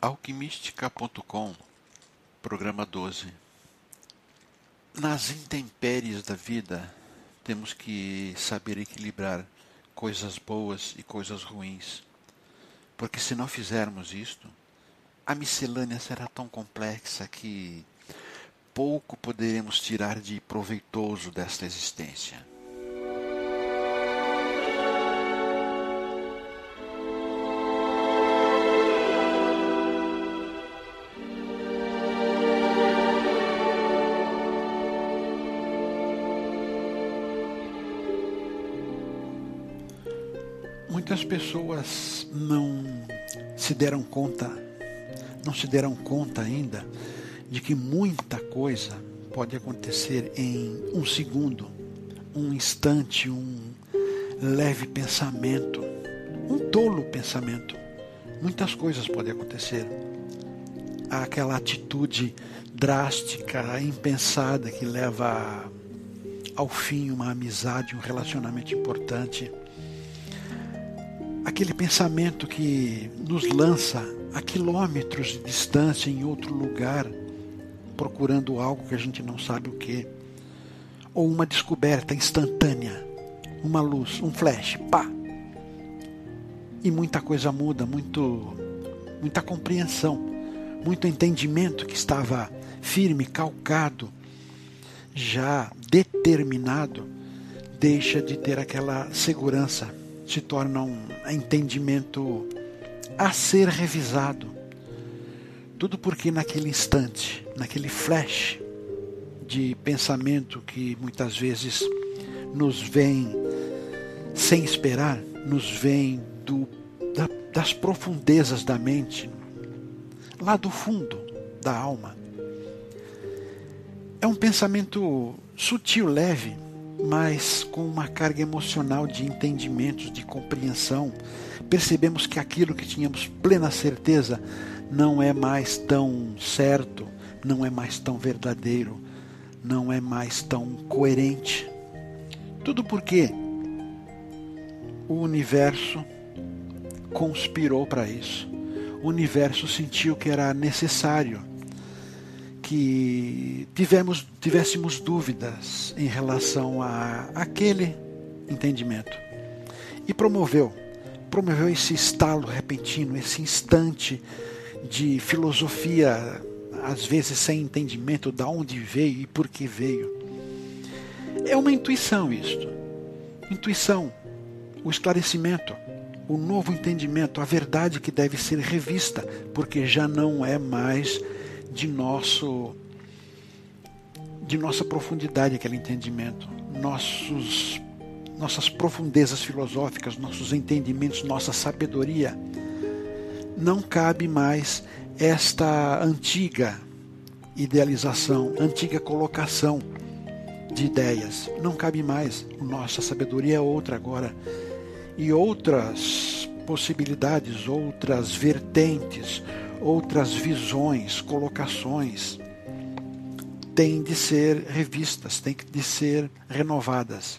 Alquimistica.com, programa 12. Nas intempéries da vida, temos que saber equilibrar coisas boas e coisas ruins. Porque se não fizermos isto, a miscelânea será tão complexa que pouco poderemos tirar de proveitoso desta existência. Muitas pessoas não se deram conta ainda de que muita coisa pode acontecer em um segundo, um instante, um leve pensamento, um tolo pensamento. Muitas coisas podem acontecer. Há aquela atitude drástica, impensada, que leva ao fim uma amizade, um relacionamento importante. Aquele pensamento que nos lança a quilômetros de distância em outro lugar, procurando algo que a gente não sabe o que. Ou uma descoberta instantânea, uma luz, um flash, pá! E muita coisa muda, muita compreensão, muito entendimento que estava firme, calcado, já determinado, deixa de ter aquela segurança. Se torna um entendimento a ser revisado. Tudo porque naquele instante, naquele flash de pensamento que muitas vezes nos vem sem esperar, nos vem das profundezas da mente, lá do fundo da alma. É um pensamento sutil, leve, mas com uma carga emocional de entendimentos, de compreensão. Percebemos que aquilo que tínhamos plena certeza não é mais tão certo, não é mais tão verdadeiro, não é mais tão coerente. Tudo porque o universo conspirou para isso. O universo sentiu que era necessário que tivéssemos dúvidas em relação a aquele entendimento. E promoveu esse estalo repentino, esse instante de filosofia, às vezes sem entendimento de onde veio e por que veio. É uma intuição isto. Intuição, o esclarecimento, o novo entendimento, a verdade que deve ser revista, porque já não é mais de nossa profundidade aquele entendimento, nossas profundezas filosóficas, nossos entendimentos, nossa sabedoria. Não cabe mais esta antiga idealização, antiga colocação de ideias. Não cabe mais. Nossa sabedoria é outra agora. E outras possibilidades, outras vertentes, outras visões, colocações têm de ser revistas, têm de ser renovadas.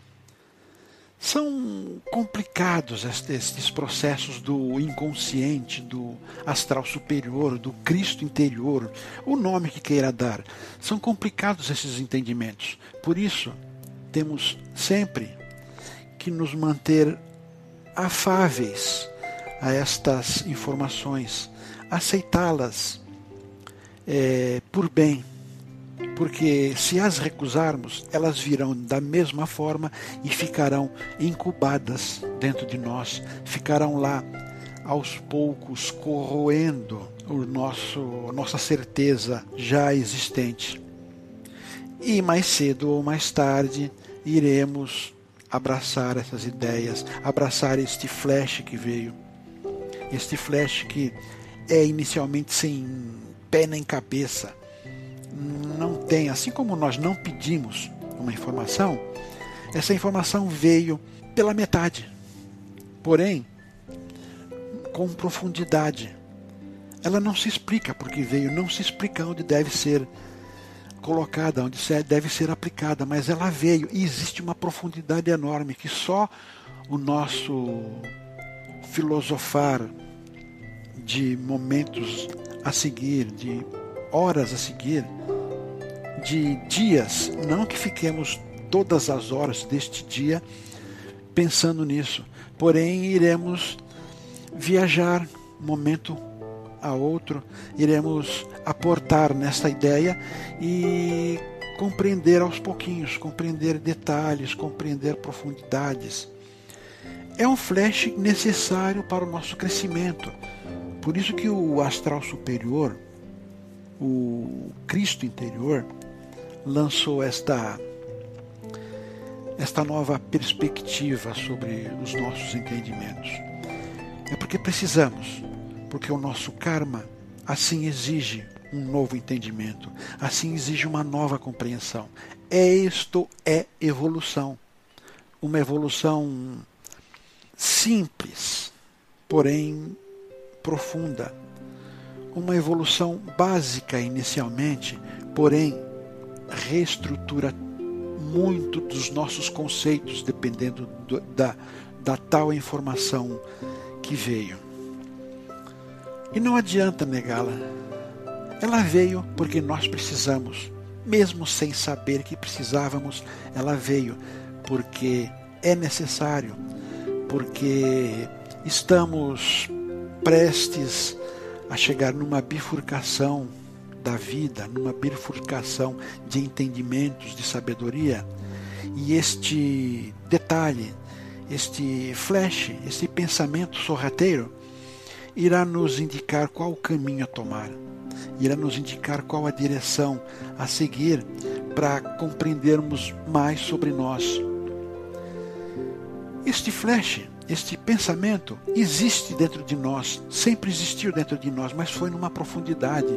São complicados estes processos do inconsciente, do astral superior, do Cristo interior, o nome que queira dar. São complicados esses entendimentos. Por isso, temos sempre que nos manter afáveis a estas informações, aceitá-las por bem, porque se as recusarmos, elas virão da mesma forma e ficarão incubadas dentro de nós, ficarão lá aos poucos corroendo nossa certeza já existente. E mais cedo ou mais tarde iremos abraçar essas ideias, abraçar este flash que veio, este flash que é inicialmente sem pé nem cabeça, não tem, assim como nós não pedimos uma informação, essa informação veio pela metade, porém com profundidade. Ela não se explica porque veio, não se explica onde deve ser colocada, onde deve ser aplicada, mas ela veio e existe uma profundidade enorme que só o nosso filosofar de momentos a seguir, de horas a seguir, de dias, não que fiquemos todas as horas deste dia pensando nisso, porém iremos viajar momento a outro, iremos aportar nessa ideia e compreender aos pouquinhos, compreender detalhes, compreender profundidades. É um flash necessário para o nosso crescimento. Por isso que o astral superior, o Cristo interior, lançou esta nova perspectiva sobre os nossos entendimentos. É porque precisamos, porque o nosso karma assim exige um novo entendimento, assim exige uma nova compreensão. Isto é evolução. Uma evolução simples, porém profunda. Uma evolução básica inicialmente, porém reestrutura muito dos nossos conceitos, dependendo da tal informação que veio. E não adianta negá-la. Ela veio porque nós precisamos. Mesmo sem saber que precisávamos, ela veio porque é necessário, porque estamos prestes a chegar numa bifurcação da vida, numa bifurcação de entendimentos, de sabedoria. E este detalhe, este flash, este pensamento sorrateiro, irá nos indicar qual o caminho a tomar, irá nos indicar qual a direção a seguir para compreendermos mais sobre nós. Este flash, este pensamento existe dentro de nós, sempre existiu dentro de nós, mas foi numa profundidade,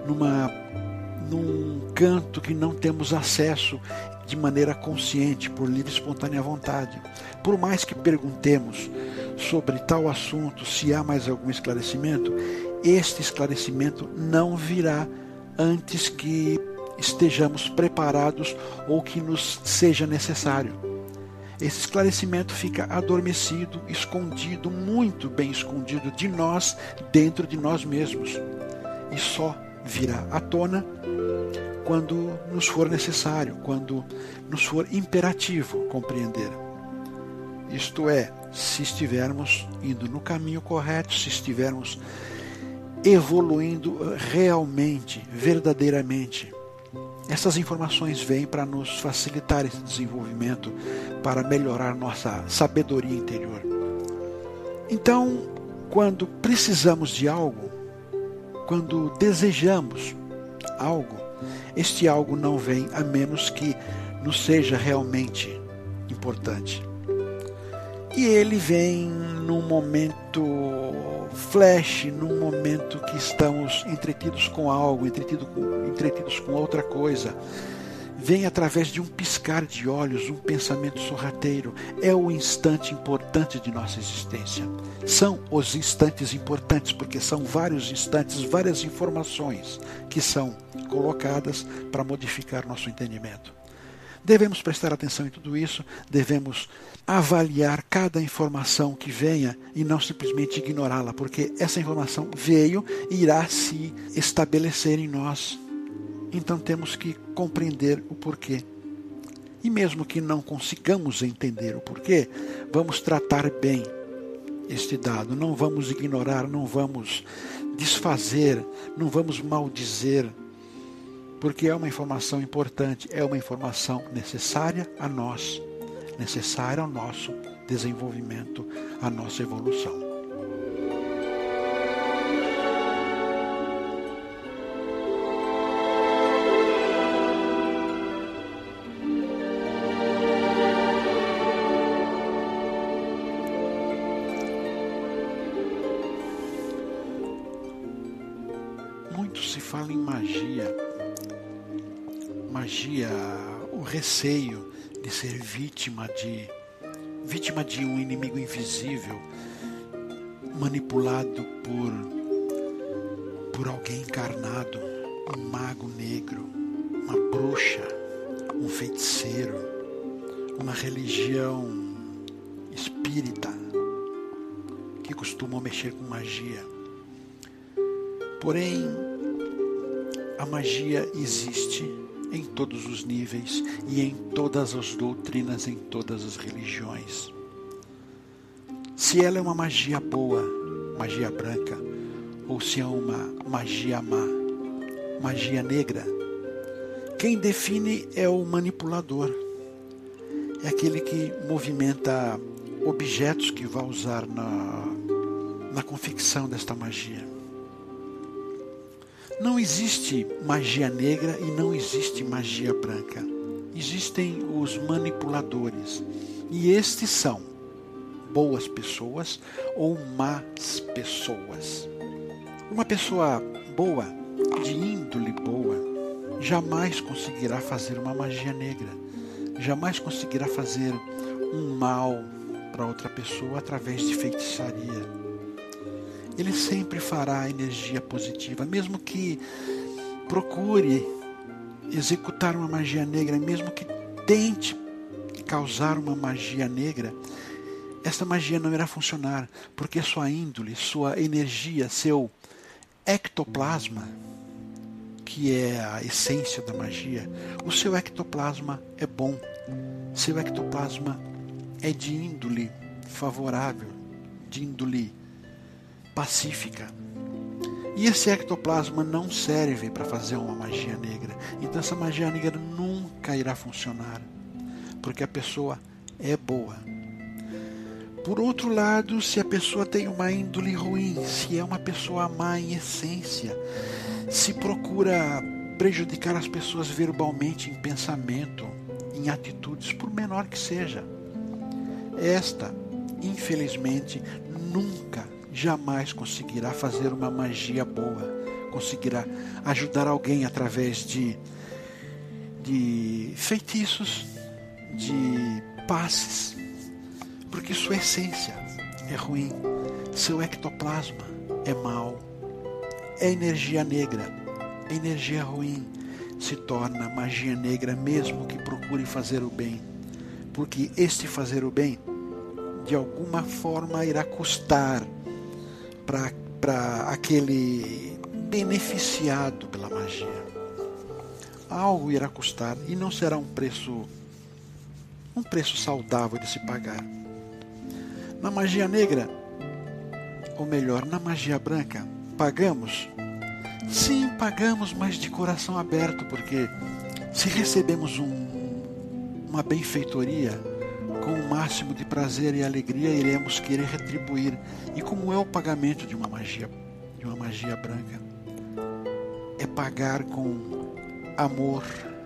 num canto que não temos acesso de maneira consciente, por livre e espontânea vontade. Por mais que perguntemos sobre tal assunto, se há mais algum esclarecimento, este esclarecimento não virá antes que estejamos preparados ou que nos seja necessário. Esse esclarecimento fica adormecido, escondido, muito bem escondido de nós, dentro de nós mesmos. E só virá à tona quando nos for necessário, quando nos for imperativo compreender. Isto é, se estivermos indo no caminho correto, se estivermos evoluindo realmente, verdadeiramente. Essas informações vêm para nos facilitar esse desenvolvimento, para melhorar nossa sabedoria interior. Então, quando precisamos de algo, quando desejamos algo, este algo não vem a menos que nos seja realmente importante. E ele vem num momento flash, num momento que estamos entretidos com algo, entretidos com outra coisa. Vem através de um piscar de olhos, um pensamento sorrateiro. É o instante importante de nossa existência. São os instantes importantes, porque são vários instantes, várias informações que são colocadas para modificar nosso entendimento. Devemos prestar atenção em tudo isso, devemos avaliar cada informação que venha e não simplesmente ignorá-la, porque essa informação veio e irá se estabelecer em nós. Então temos que compreender o porquê. E mesmo que não consigamos entender o porquê, vamos tratar bem este dado, não vamos ignorar, não vamos desfazer, não vamos maldizer, porque é uma informação importante, é uma informação necessária a nós, necessária ao nosso desenvolvimento, à nossa evolução. Muito se fala em magia, o receio de ser vítima de um inimigo invisível, manipulado por alguém encarnado, um mago negro, uma bruxa, um feiticeiro, uma religião espírita que costumam mexer com magia. Porém, a magia existe em todos os níveis e em todas as doutrinas, em todas as religiões. Se ela é uma magia boa, magia branca, ou se é uma magia má, magia negra, quem define é o manipulador. É aquele que movimenta objetos que vai usar na confecção desta magia. Não existe magia negra e não existe magia branca. Existem os manipuladores. E estes são boas pessoas ou más pessoas. Uma pessoa boa, de índole boa, jamais conseguirá fazer uma magia negra. Jamais conseguirá fazer um mal para outra pessoa através de feitiçaria. Ele sempre fará energia positiva, mesmo que procure executar uma magia negra, mesmo que tente causar uma magia negra, esta magia não irá funcionar, porque sua índole, sua energia, seu ectoplasma, que é a essência da magia, o seu ectoplasma é bom, seu ectoplasma é de índole favorável, de índole pacífica. E esse ectoplasma não serve para fazer uma magia negra. Então essa magia negra nunca irá funcionar, porque a pessoa é boa. Por outro lado, se a pessoa tem uma índole ruim, se é uma pessoa má em essência, se procura prejudicar as pessoas verbalmente, em pensamento, em atitudes, por menor que seja, esta, infelizmente, nunca, jamais conseguirá fazer uma magia boa, conseguirá ajudar alguém através de feitiços, de passes, porque sua essência é ruim, seu ectoplasma é mau, é energia negra, energia ruim se torna magia negra mesmo que procure fazer o bem, porque este fazer o bem de alguma forma irá custar para aquele beneficiado pela magia. Algo irá custar e não será um preço saudável de se pagar. Na magia negra, ou melhor, na magia branca, pagamos? Sim, pagamos, mas de coração aberto, porque se recebemos uma benfeitoria, com o máximo de prazer e alegria, iremos querer retribuir. E como é o pagamento de uma magia branca? É pagar com amor,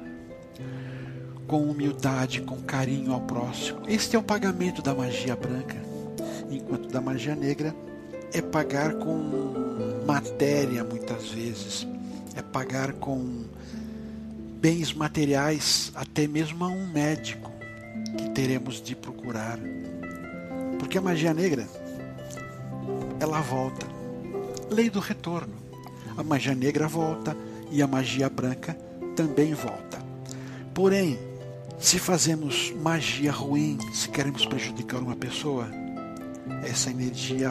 com humildade, com carinho ao próximo. Este é o pagamento da magia branca. Enquanto da magia negra é pagar com matéria, muitas vezes. É pagar com bens materiais, até mesmo a um médico que teremos de procurar. Porque a magia negra, ela volta. Lei do retorno. A magia negra volta e a magia branca também volta. Porém, se fazemos magia ruim, se queremos prejudicar uma pessoa, essa energia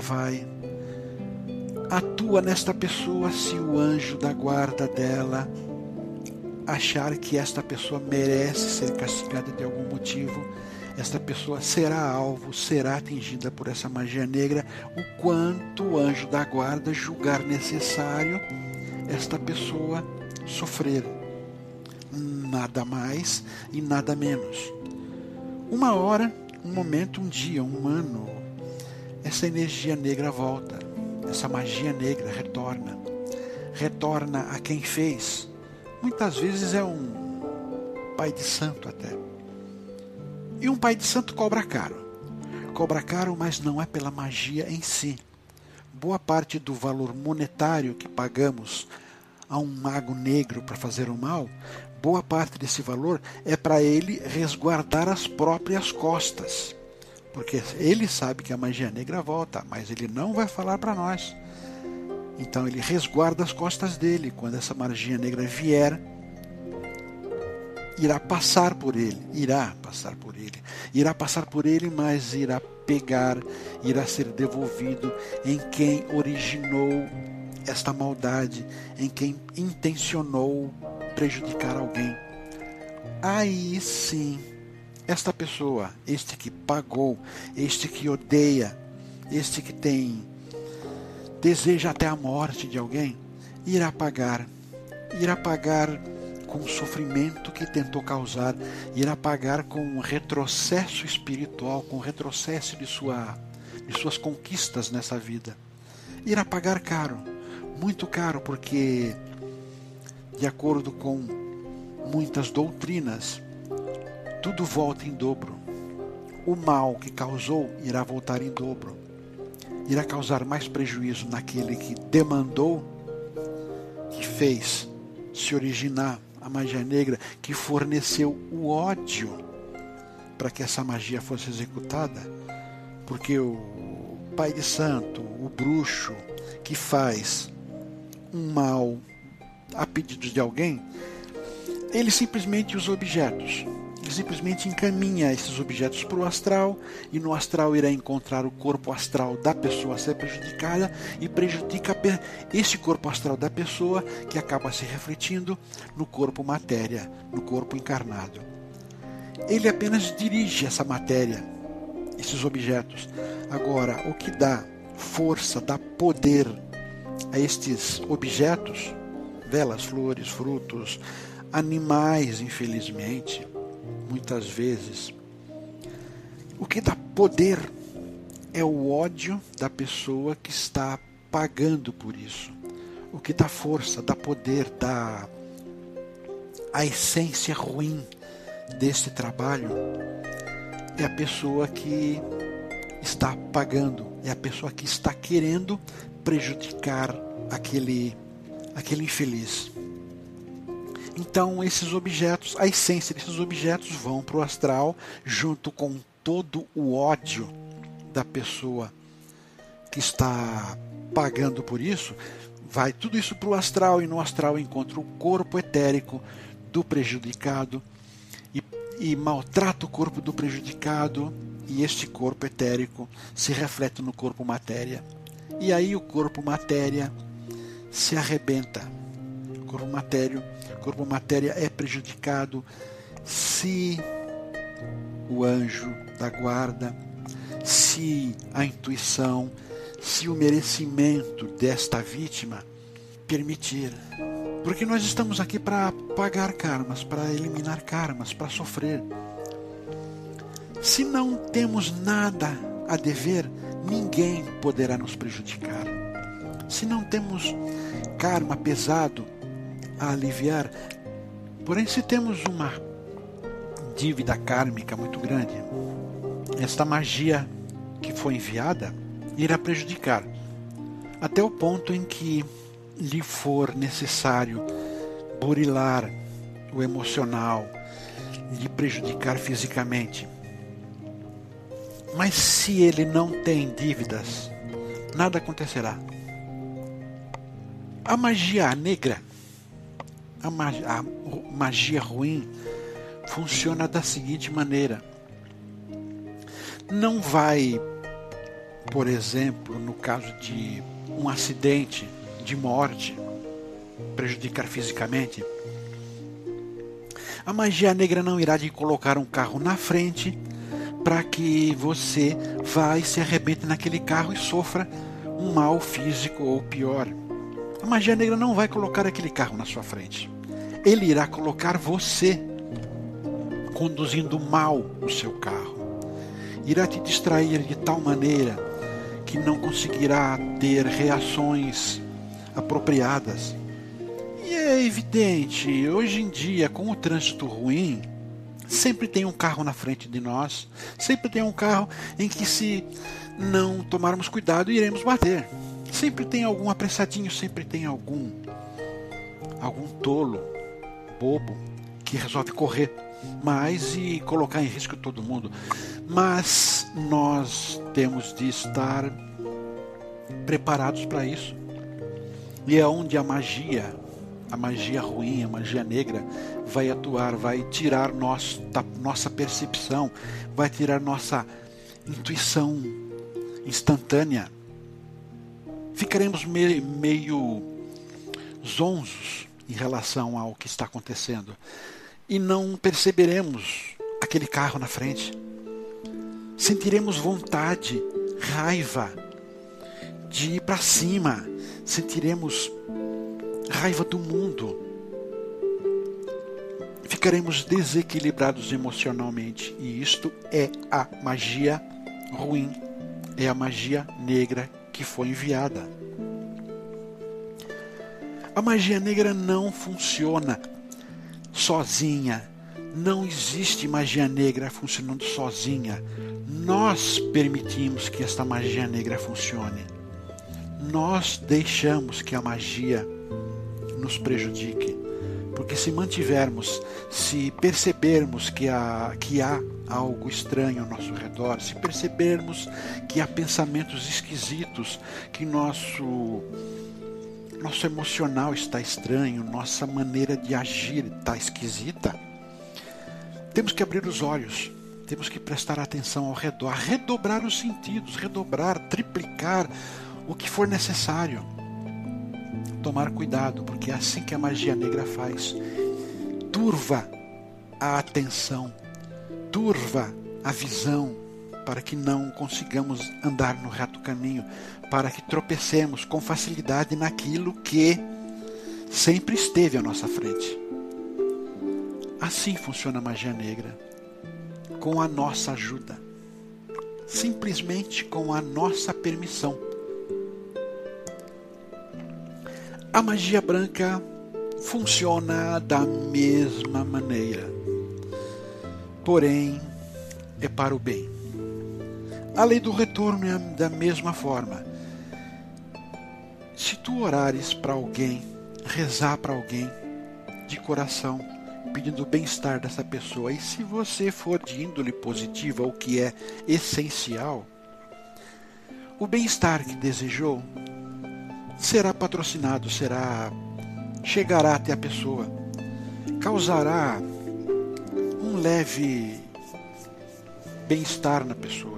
atua nesta pessoa se o anjo da guarda dela achar que esta pessoa merece ser castigada de algum motivo. Esta pessoa será alvo, será atingida por essa magia negra, o quanto o anjo da guarda julgar necessário esta pessoa sofrer. Nada mais e nada menos. Uma hora, um momento, um dia, um ano, essa energia negra volta, essa magia negra retorna a quem fez. Muitas vezes é um pai de santo até. E um pai de santo cobra caro. Cobra caro, mas não é pela magia em si. Boa parte do valor monetário que pagamos a um mago negro para fazer o mal, boa parte desse valor é para ele resguardar as próprias costas. Porque ele sabe que a magia negra volta, mas ele não vai falar para nós. Então ele resguarda as costas dele. Quando essa magia negra vier, irá passar por ele, mas irá pegar, irá ser devolvido em quem originou esta maldade em quem intencionou prejudicar alguém. Aí sim, esta pessoa, este que pagou, este que odeia, este que deseja até a morte de alguém, irá pagar com o sofrimento que tentou causar, irá pagar com um retrocesso espiritual, com um retrocesso de suas conquistas nessa vida. Irá pagar caro, muito caro, porque, de acordo com muitas doutrinas, tudo volta em dobro. O mal que causou irá voltar em dobro. Irá causar mais prejuízo naquele que demandou, que fez se originar a magia negra, que forneceu o ódio para que essa magia fosse executada, porque o pai de santo, o bruxo que faz um mal a pedido de alguém, ele simplesmente usa objetos. Ele simplesmente encaminha esses objetos para o astral, e no astral irá encontrar o corpo astral da pessoa a ser prejudicada, e prejudica esse corpo astral da pessoa, que acaba se refletindo no corpo matéria, no corpo encarnado. Ele apenas dirige essa matéria, esses objetos. Agora, o que dá força, dá poder a estes objetos, velas, flores, frutos, animais, infelizmente, muitas vezes, o que dá poder é o ódio da pessoa que está pagando por isso. O que dá força, dá poder, dá a essência ruim desse trabalho é a pessoa que está pagando, é a pessoa que está querendo prejudicar aquele infeliz. Então esses objetos, a essência desses objetos vão para o astral, junto com todo o ódio da pessoa que está pagando por isso. Vai tudo isso para o astral, e no astral encontra o corpo etérico do prejudicado e maltrata o corpo do prejudicado, e este corpo etérico se reflete no corpo matéria. E aí o corpo matéria se arrebenta. O corpo matéria é prejudicado se o anjo da guarda, se a intuição, se o merecimento desta vítima permitir. Porque nós estamos aqui para pagar karmas, para eliminar karmas, para sofrer. Se não temos nada a dever, ninguém poderá nos prejudicar. Se não temos karma pesado a aliviar, porém se temos uma dívida kármica muito grande, esta magia que foi enviada irá prejudicar, até o ponto em que lhe for necessário burilar o emocional, lhe prejudicar fisicamente. Mas se ele não tem dívidas, nada acontecerá. A magia negra, a magia ruim, funciona da seguinte maneira. Não vai, por exemplo, no caso de um acidente de morte, prejudicar fisicamente. A magia negra não irá te colocar um carro na frente para que você vá e se arrebente naquele carro e sofra um mal físico ou pior. A magia negra não vai colocar aquele carro na sua frente. Ele irá colocar você conduzindo mal o seu carro. Irá te distrair de tal maneira que não conseguirá ter reações apropriadas. E é evidente, hoje em dia, com o trânsito ruim, sempre tem um carro na frente de nós, sempre tem um carro em que, se não tomarmos cuidado, iremos bater. Sempre tem algum apressadinho, sempre tem algum tolo, bobo, que resolve correr mais e colocar em risco todo mundo. Mas nós temos de estar preparados para isso. E é onde a magia ruim, a magia negra vai atuar, vai tirar nossa percepção, vai tirar nossa intuição instantânea. ficaremos meio zonzos em relação ao que está acontecendo e não perceberemos aquele carro na frente. Sentiremos vontade, raiva de ir para cima, sentiremos raiva do mundo, ficaremos desequilibrados emocionalmente, e isto é a magia ruim, é a magia negra que foi enviada. A magia negra não funciona sozinha, não existe magia negra funcionando sozinha. Nós permitimos que esta magia negra funcione. Nós deixamos que a magia nos prejudique. Porque se mantivermos, se percebermos que há algo estranho ao nosso redor, se percebermos que há pensamentos esquisitos, que nosso emocional está estranho, nossa maneira de agir está esquisita, temos que abrir os olhos, temos que prestar atenção ao redor, redobrar os sentidos, redobrar, triplicar o que for necessário. Tomar cuidado, porque é assim que a magia negra faz. Turva a atenção, turva a visão, para que não consigamos andar no reto caminho, para que tropecemos com facilidade naquilo que sempre esteve à nossa frente. Assim funciona a magia negra, com a nossa ajuda, simplesmente com a nossa permissão. A magia branca funciona da mesma maneira, porém é para o bem. A lei do retorno é da mesma forma. Se tu orares para alguém, rezar para alguém de coração, pedindo o bem-estar dessa pessoa, e se você for de índole positiva, o que é essencial, o bem-estar que desejou será patrocinado, chegará até a pessoa, causará um leve bem-estar na pessoa.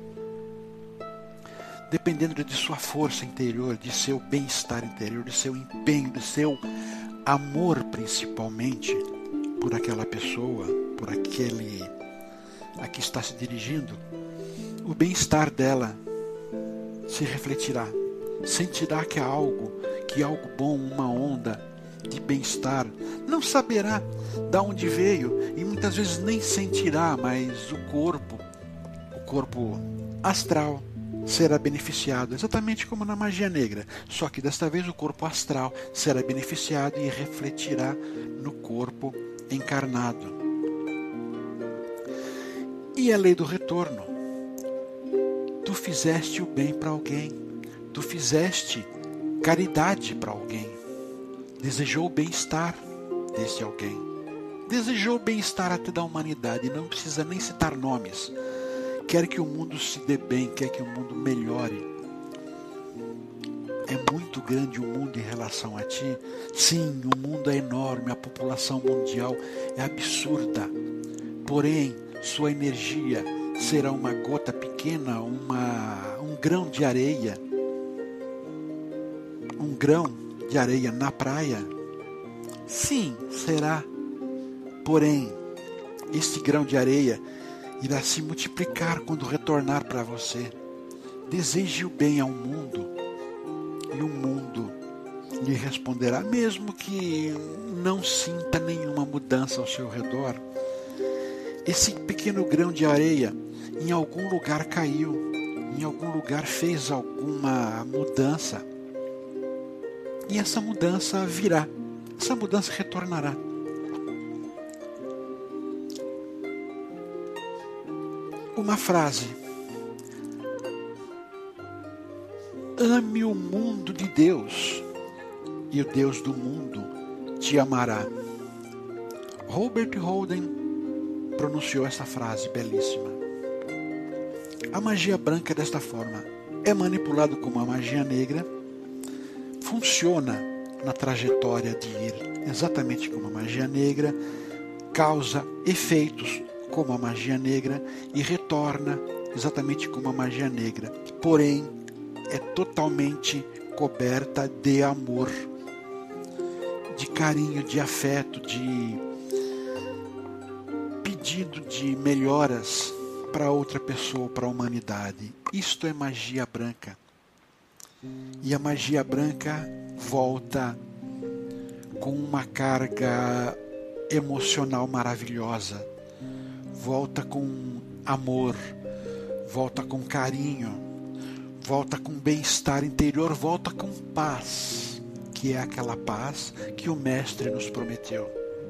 Dependendo de sua força interior, de seu bem-estar interior, de seu empenho, de seu amor principalmente por aquela pessoa, por aquele a que está se dirigindo, o bem-estar dela se refletirá. Sentirá que há algo bom, uma onda de bem-estar. Não saberá de onde veio e muitas vezes nem sentirá, mas o corpo astral será beneficiado, exatamente como na magia negra. Só que desta vez o corpo astral será beneficiado e refletirá no corpo encarnado. E a lei do retorno. Tu fizeste o bem para alguém. Tu fizeste caridade para alguém, desejou o bem-estar desse alguém, desejou o bem-estar até da humanidade, não precisa nem citar nomes, quer que o mundo se dê bem, quer que o mundo melhore. É muito grande o mundo em relação a ti? Sim, o mundo é enorme, a população mundial é absurda, porém sua energia será uma gota pequena, um grão de areia, um grão de areia na praia? Sim, será. Porém, este grão de areia irá se multiplicar quando retornar para você. Deseje o bem ao mundo e o mundo lhe responderá, mesmo que não sinta nenhuma mudança ao seu redor. Esse pequeno grão de areia em algum lugar caiu, em algum lugar fez alguma mudança. E essa mudança virá, essa mudança retornará. Uma frase: ame o mundo de Deus, e o Deus do mundo te amará. Robert Holden pronunciou essa frase belíssima. A magia branca é desta forma, é manipulado como a magia negra, funciona na trajetória de ir exatamente como a magia negra, causa efeitos como a magia negra e retorna exatamente como a magia negra. Porém, é totalmente coberta de amor, de carinho, de afeto, de pedido de melhoras para outra pessoa, para a humanidade. Isto é magia branca. E a magia branca volta com uma carga emocional maravilhosa, volta com amor, volta com carinho, volta com bem-estar interior, volta com paz, que é aquela paz que o Mestre nos prometeu.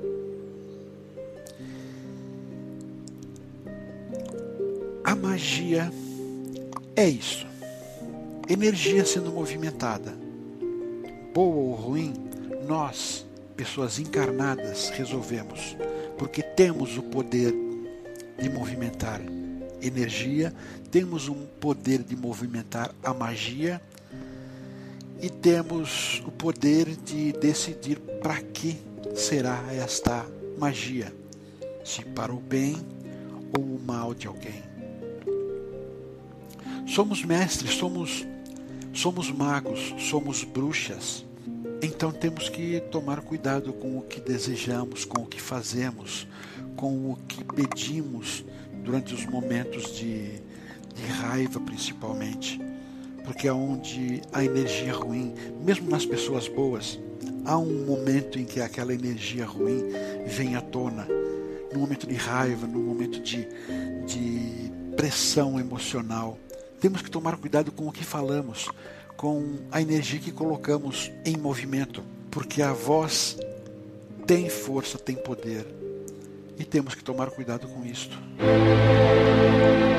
A magia é isso. Energia sendo movimentada. Boa ou ruim, nós, pessoas encarnadas, resolvemos. Porque temos o poder de movimentar energia, temos um poder de movimentar a magia e temos o poder de decidir para que será esta magia. Se para o bem ou o mal de alguém. Somos mestres, somos magos, somos bruxas. Então temos que tomar cuidado com o que desejamos, com o que fazemos, com o que pedimos durante os momentos de raiva principalmente. Porque é onde a energia ruim, mesmo nas pessoas boas, há um momento em que aquela energia ruim vem à tona. No momento de raiva, no momento de pressão emocional. Temos que tomar cuidado com o que falamos, com a energia que colocamos em movimento, porque a voz tem força, tem poder, e temos que tomar cuidado com isto.